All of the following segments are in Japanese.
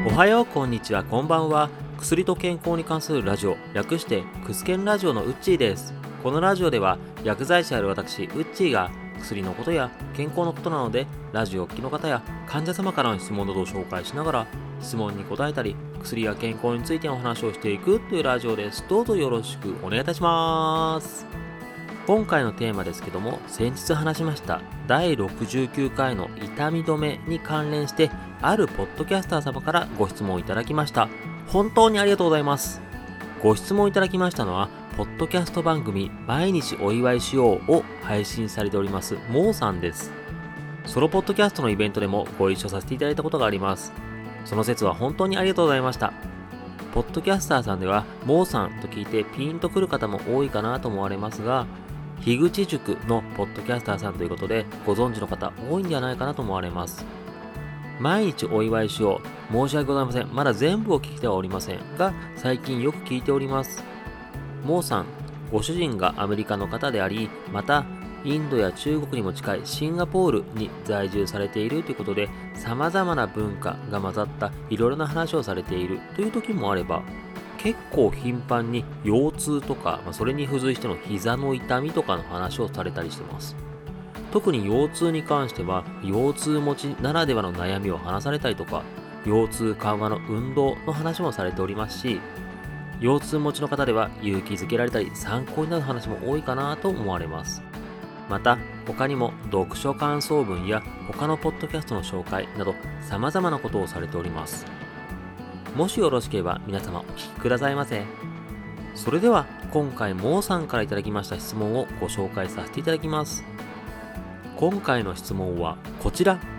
おはよう、こんにちは、こんばんは。薬と健康に関するラジオ、略してクスケンラジオのウッチーです。このラジオでは薬剤師である私ウッチーが薬のことや健康のことなので、ラジオを聴きの方や患者様からの質問などを紹介しながら、質問に答えたり薬や健康についてのお話をしていくというラジオです。どうぞよろしくお願いいたします。今回のテーマですけども、先日話しました第69回の痛み止めに関連して、あるポッドキャスター様からご質問いただきました。本当にありがとうございます。ご質問いただきましたのは、ポッドキャスト番組毎日お祝いしようを配信されておりますモーさんです。ソロポッドキャストのイベントでもご一緒させていただいたことがあります。その説は本当にありがとうございました。ポッドキャスターさんではモーさんと聞いてピンとくる方も多いかなと思われますが、樋口塾のポッドキャスターさんということでご存知の方多いんじゃないかなと思われます。毎日お祝いしよう、申し訳ございません。まだ全部を聞いてはおりませんが、最近よく聞いております。モーさん、ご主人がアメリカの方であり、またインドや中国にも近いシンガポールに在住されているということで、様々な文化が混ざったいろいろな話をされているという時もあれば、結構頻繁に腰痛とか、それに付随しての膝の痛みとかの話をされたりしてます。特に腰痛に関しては、腰痛持ちならではの悩みを話されたりとか、腰痛緩和の運動の話もされておりますし、腰痛持ちの方では勇気づけられたり参考になる話も多いかなと思われます。また他にも読書感想文や他のポッドキャストの紹介など様々なことをされております。もしよろしければ皆様お聞きくださいませ。それでは今回モーさんからいただきました質問をご紹介させていただきます。今回の質問はこちら。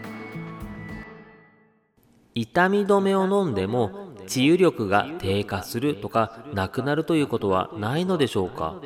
痛み止めを飲んでも治癒力が低下するとかなくなるということはないのでしょうか。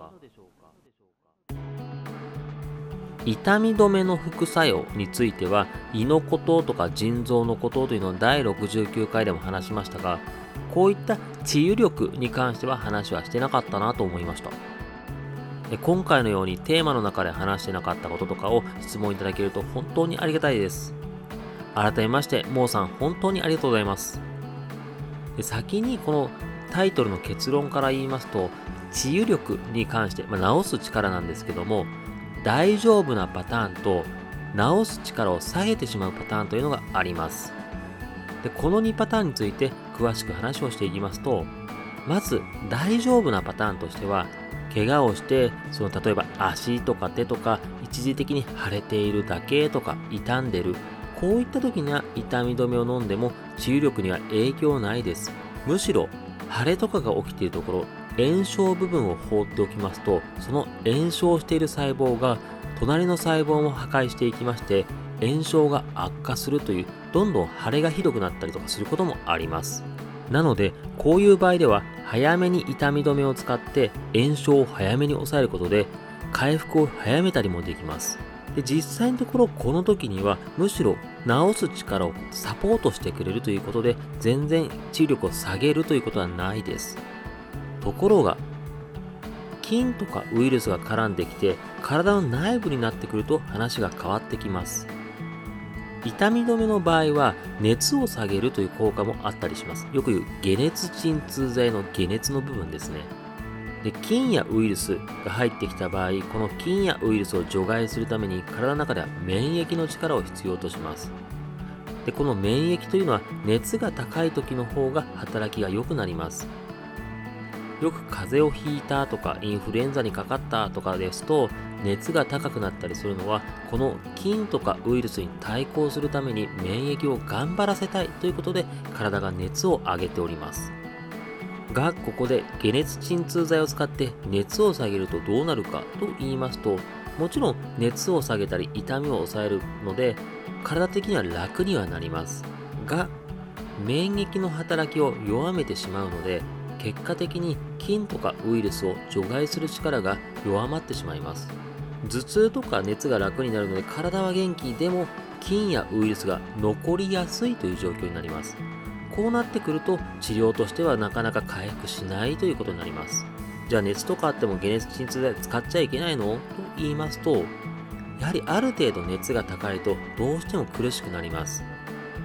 痛み止めの副作用については胃のこととか腎臓のことというのを第69回でも話しましたが、こういった治癒力に関しては話はしてなかったなと思いました。今回のようにテーマの中で話してなかったこととかを質問いただけると本当にありがたいです。改めましてモーさん、本当にありがとうございます。先にこのタイトルの結論から言いますと、治癒力に関して、治す力なんですけども、大丈夫なパターンと治す力を下げてしまうパターンというのがあります。で、この2パターンについて詳しく話をしていきますと、まず大丈夫なパターンとしては、怪我をして例えば足とか手とか一時的に腫れているだけとか傷んでる、こういった時には痛み止めを飲んでも治癒力には影響ないです。むしろ腫れとかが起きているところ、炎症部分を放っておきますと、その炎症している細胞が隣の細胞も破壊していきまして、炎症が悪化するという、どんどん腫れがひどくなったりとかすることもあります。なのでこういう場合では早めに痛み止めを使って炎症を早めに抑えることで回復を早めたりもできます。で、実際のところこの時にはむしろ治す力をサポートしてくれるということで、全然治癒力を下げるということはないです。ところが菌とかウイルスが絡んできて体の内部になってくると話が変わってきます。痛み止めの場合は熱を下げるという効果もあったりします。よく言う解熱鎮痛剤の解熱の部分ですね。で、菌やウイルスが入ってきた場合、この菌やウイルスを除外するために体の中では免疫の力を必要とします。で、この免疫というのは熱が高い時の方が働きが良くなります。よく風邪をひいたとかインフルエンザにかかったとかですと、熱が高くなったりするのはこの菌とかウイルスに対抗するために免疫を頑張らせたいということで体が熱を上げておりますが、ここで解熱鎮痛剤を使って熱を下げるとどうなるかと言いますと、もちろん熱を下げたり痛みを抑えるので体的には楽にはなりますが、免疫の働きを弱めてしまうので、結果的に菌とかウイルスを除外する力が弱まってしまいます。頭痛とか熱が楽になるので体は元気でも菌やウイルスが残りやすいという状況になります。こうなってくると治療としてはなかなか回復しないということになります。じゃあ熱とかあっても解熱鎮痛剤使っちゃいけないのと言いますと、やはりある程度熱が高いとどうしても苦しくなります。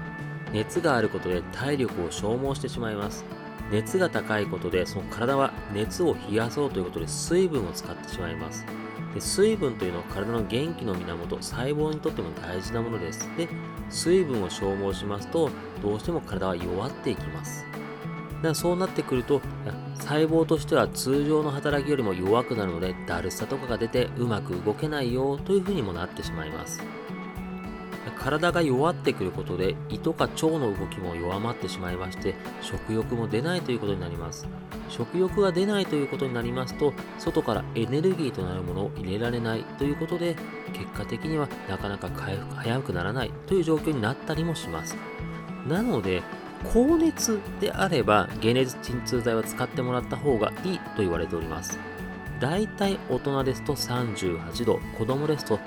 熱があることで体力を消耗してしまいます。熱が高いことで、その体は熱を冷やそうということで水分を使ってしまいます。で、水分というのは体の元気の源、細胞にとっても大事なものです。で、水分を消耗しますと、どうしても体は弱っていきます。だからそうなってくると、細胞としては通常の働きよりも弱くなるので、だるさとかが出てうまく動けないよというふうにもなってしまいます。体が弱ってくることで胃とか腸の動きも弱まってしまいまして、食欲も出ないということになります。食欲が出ないということになりますと、外からエネルギーとなるものを入れられないということで、結果的にはなかなか回復早くならないという状況になったりもします。なので、高熱であれば解熱鎮痛剤は使ってもらった方がいいと言われております。だいたい大人ですと38度、子供ですと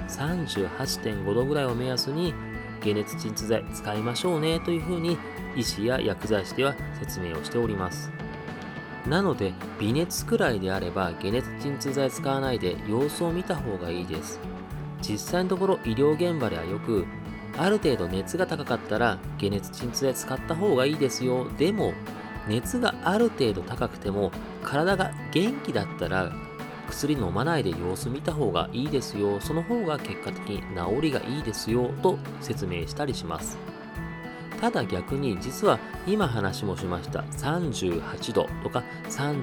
38.5 度ぐらいを目安に解熱鎮痛剤使いましょうねというふうに医師や薬剤師では説明をしております。なので微熱くらいであれば解熱鎮痛剤使わないで様子を見た方がいいです。実際のところ医療現場ではよく、ある程度熱が高かったら解熱鎮痛剤使った方がいいですよ。でも熱がある程度高くても体が元気だったら薬飲まないで様子見た方がいいですよ。その方が結果的に治りがいいですよと説明したりします。ただ逆に実は今話もしました38度とか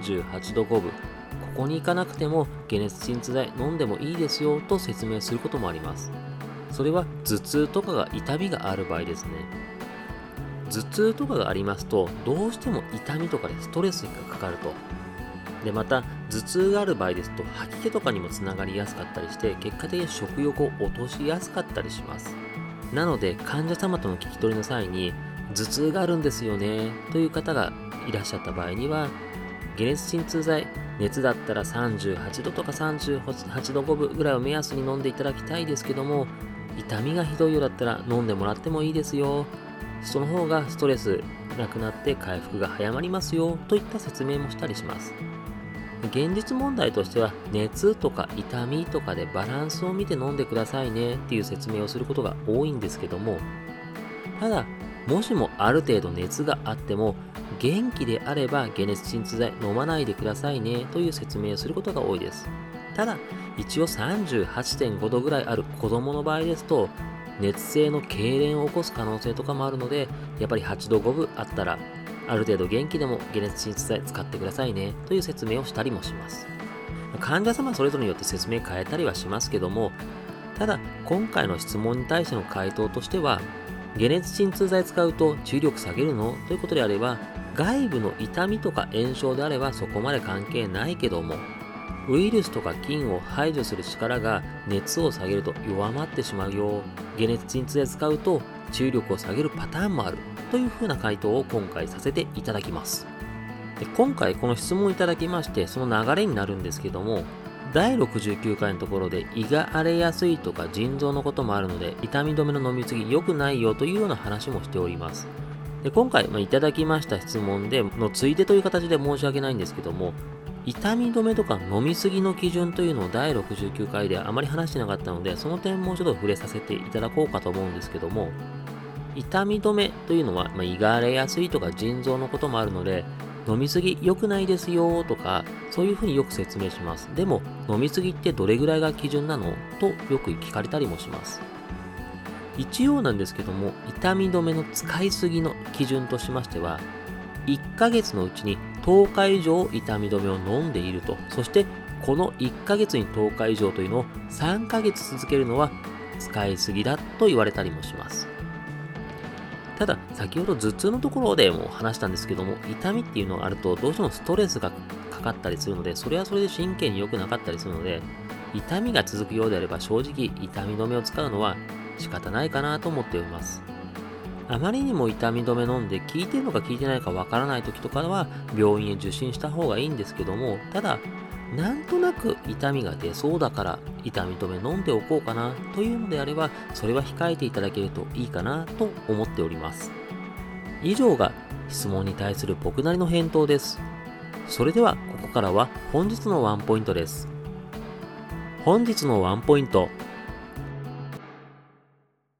38度5分、ここに行かなくても解熱鎮痛剤飲んでもいいですよと説明することもあります。それは頭痛とかが痛みがある場合ですね。頭痛とかがありますとどうしても痛みとかでストレスがかかると。でまた頭痛がある場合ですと吐き気とかにもつながりやすかったりして、結果的に食欲を落としやすかったりします。なので患者様との聞き取りの際に頭痛があるんですよねという方がいらっしゃった場合には、解熱鎮痛剤、熱だったら38度とか38度5分ぐらいを目安に飲んでいただきたいですけども、痛みがひどいようだったら飲んでもらってもいいですよ。その方がストレスなくなって回復が早まりますよといった説明もしたりします。現実問題としては熱とか痛みとかでバランスを見て飲んでくださいねっていう説明をすることが多いんですけども、ただもしもある程度熱があっても元気であれば解熱鎮痛剤飲まないでくださいねという説明をすることが多いです。ただ一応 38.5 度ぐらいある子供の場合ですと熱性の痙攣を起こす可能性とかもあるので、やっぱり8度5分あったらある程度元気でも解熱鎮痛剤使ってくださいねという説明をしたりもします。患者様それぞれによって説明変えたりはしますけども、ただ今回の質問に対しての回答としては、解熱鎮痛剤使うと治癒力下げるのということであれば、外部の痛みとか炎症であればそこまで関係ないけども、ウイルスとか菌を排除する力が熱を下げると弱まってしまうよ。解熱鎮痛剤使うと治癒力を下げるパターンもあるというふうな回答を今回させていただきます。で今回この質問をいただきましてその流れになるんですけども、第69回のところで胃が荒れやすいとか腎臓のこともあるので痛み止めの飲みすぎ良くないよというような話もしております。で今回、いただきました質問でのついでという形で申し訳ないんですけども、痛み止めとか飲みすぎの基準というのを第69回であまり話してなかったので、その点もうちょっと触れさせていただこうかと思うんですけども、痛み止めというのは、胃が荒れやすいとか腎臓のこともあるので、飲みすぎ良くないですよとか、そういうふうによく説明します。でも、飲みすぎってどれぐらいが基準なのとよく聞かれたりもします。一応なんですけども、痛み止めの使いすぎの基準としましては、1ヶ月のうちに10日以上痛み止めを飲んでいると、そしてこの1ヶ月に10日以上というのを3ヶ月続けるのは使いすぎだと言われたりもします。ただ先ほど頭痛のところでも話したんですけども、痛みっていうのがあるとどうしてもストレスがかかったりするので、それはそれで神経に良くなかったりするので、痛みが続くようであれば正直痛み止めを使うのは仕方ないかなと思っております。あまりにも痛み止め飲んで効いてるのか効いてないかわからない時とかは病院へ受診した方がいいんですけども、ただなんとなく痛みが出そうだから痛み止め飲んでおこうかなというのであれば、それは控えていただけるといいかなと思っております。以上が質問に対する僕なりの返答です。それではここからは本日のワンポイントです。本日のワンポイント。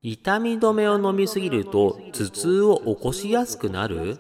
痛み止めを飲みすぎると頭痛を起こしやすくなる？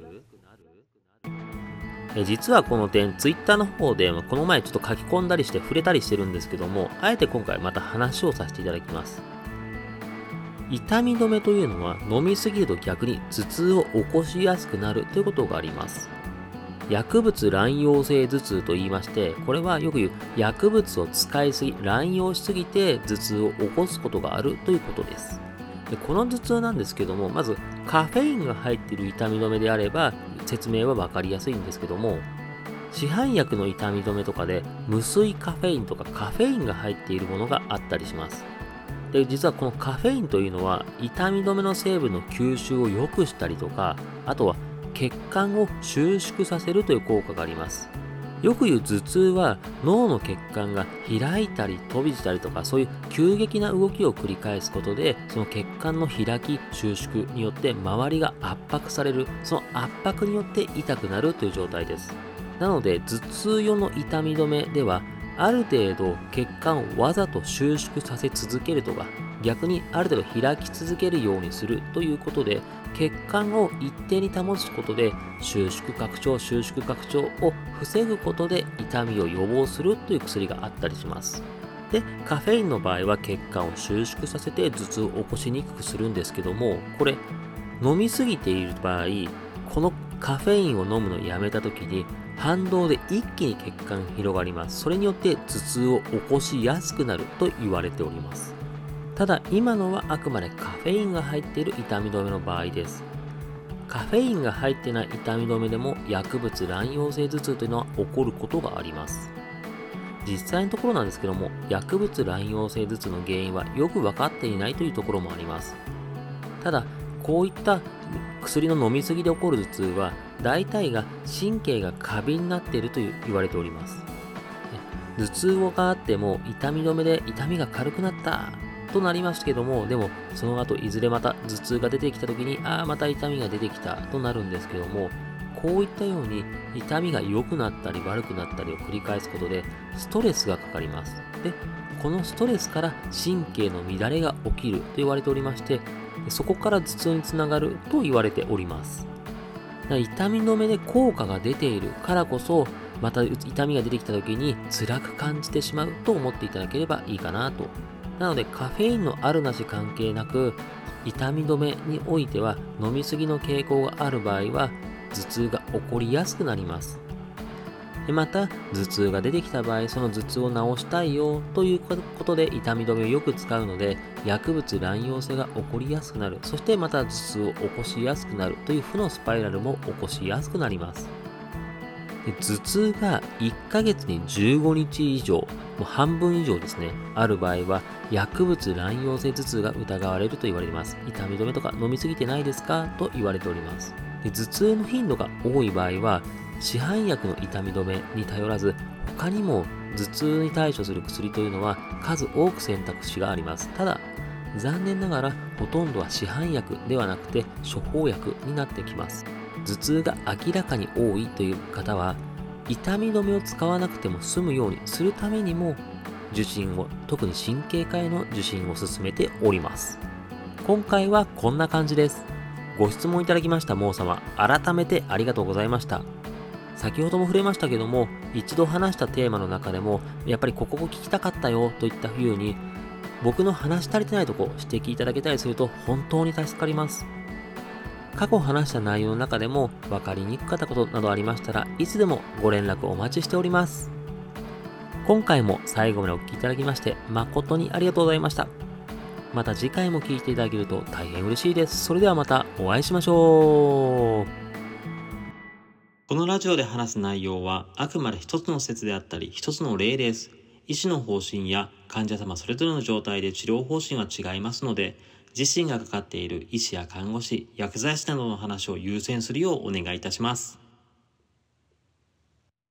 実はこの点、ツイッターの方でこの前ちょっと書き込んだりして触れたりしてるんですけども、あえて今回また話をさせていただきます。痛み止めというのは飲みすぎると逆に頭痛を起こしやすくなるということがあります。薬物乱用性頭痛と言いまして、これはよく言う薬物を使いすぎ、乱用しすぎて頭痛を起こすことがあるということです。でこの頭痛なんですけども、まずカフェインが入っている痛み止めであれば説明は分かりやすいんですけども、市販薬の痛み止めとかで無水カフェインとかカフェインが入っているものがあったりします。で実はこのカフェインというのは痛み止めの成分の吸収を良くしたりとか、あとは血管を収縮させるという効果があります。よく言う頭痛は脳の血管が開いたり閉じたりとか、そういう急激な動きを繰り返すことで、その血管の開き収縮によって周りが圧迫される、その圧迫によって痛くなるという状態です。なので頭痛用の痛み止めではある程度血管をわざと収縮させ続けるとか、逆にある程度開き続けるようにするということで、血管を一定に保つことで収縮拡張を防ぐことで痛みを予防するという薬があったりします。でカフェインの場合は血管を収縮させて頭痛を起こしにくくするんですけども、これ飲みすぎている場合、このカフェインを飲むのをやめた時に反動で一気に血管が広がります。それによって頭痛を起こしやすくなると言われております。ただ今のはあくまでカフェインが入っている痛み止めの場合です。カフェインが入っていない痛み止めでも薬物乱用性頭痛というのは起こることがあります。実際のところなんですけども、薬物乱用性頭痛の原因はよく分かっていないというところもあります。ただこういった薬の飲みすぎで起こる頭痛は大体が神経が過敏になっていると言われております。頭痛があっても痛み止めで痛みが軽くなったとなりますけども、でもその後いずれまた頭痛が出てきた時にまた痛みが出てきたとなるんですけども、こういったように痛みが良くなったり悪くなったりを繰り返すことでストレスがかかります。でこのストレスから神経の乱れが起きると言われておりまして、そこから頭痛につながると言われております。痛み止めで効果が出ているからこそ、また痛みが出てきた時に辛く感じてしまうと思っていただければいいかなと。なのでカフェインのあるなし関係なく、痛み止めにおいては飲みすぎの傾向がある場合は頭痛が起こりやすくなります。でまた頭痛が出てきた場合、その頭痛を治したいよということで痛み止めをよく使うので、薬物乱用性が起こりやすくなる、そしてまた頭痛を起こしやすくなるという負のスパイラルも起こしやすくなります。で頭痛が1ヶ月に15日以上、もう半分以上ですね、ある場合は薬物乱用性頭痛が疑われると言われています。痛み止めとか飲みすぎてないですかと言われております。で頭痛の頻度が多い場合は市販薬の痛み止めに頼らず、他にも頭痛に対処する薬というのは数多く選択肢があります。ただ残念ながらほとんどは市販薬ではなくて処方薬になってきます。頭痛が明らかに多いという方は痛み止めを使わなくても済むようにするためにも受診を、特に神経科への受診を勧めております。今回はこんな感じです。ご質問いただきましたモー様、改めてありがとうございました。先ほども触れましたけども、一度話したテーマの中でもやっぱりここを聞きたかったよといったふうに僕の話し足りてないとこ指摘いただけたりすると本当に助かります。過去話した内容の中でも分かりにくかったことなどありましたらいつでもご連絡お待ちしております。今回も最後までお聞きいただきまして誠にありがとうございました。また次回も聞いていただけると大変嬉しいです。それではまたお会いしましょう。このラジオで話す内容はあくまで一つの説であったり一つの例です。医師の方針や患者様それぞれの状態で治療方針は違いますので、自身がかかっている医師や看護師、薬剤師などの話を優先するようお願いいたします。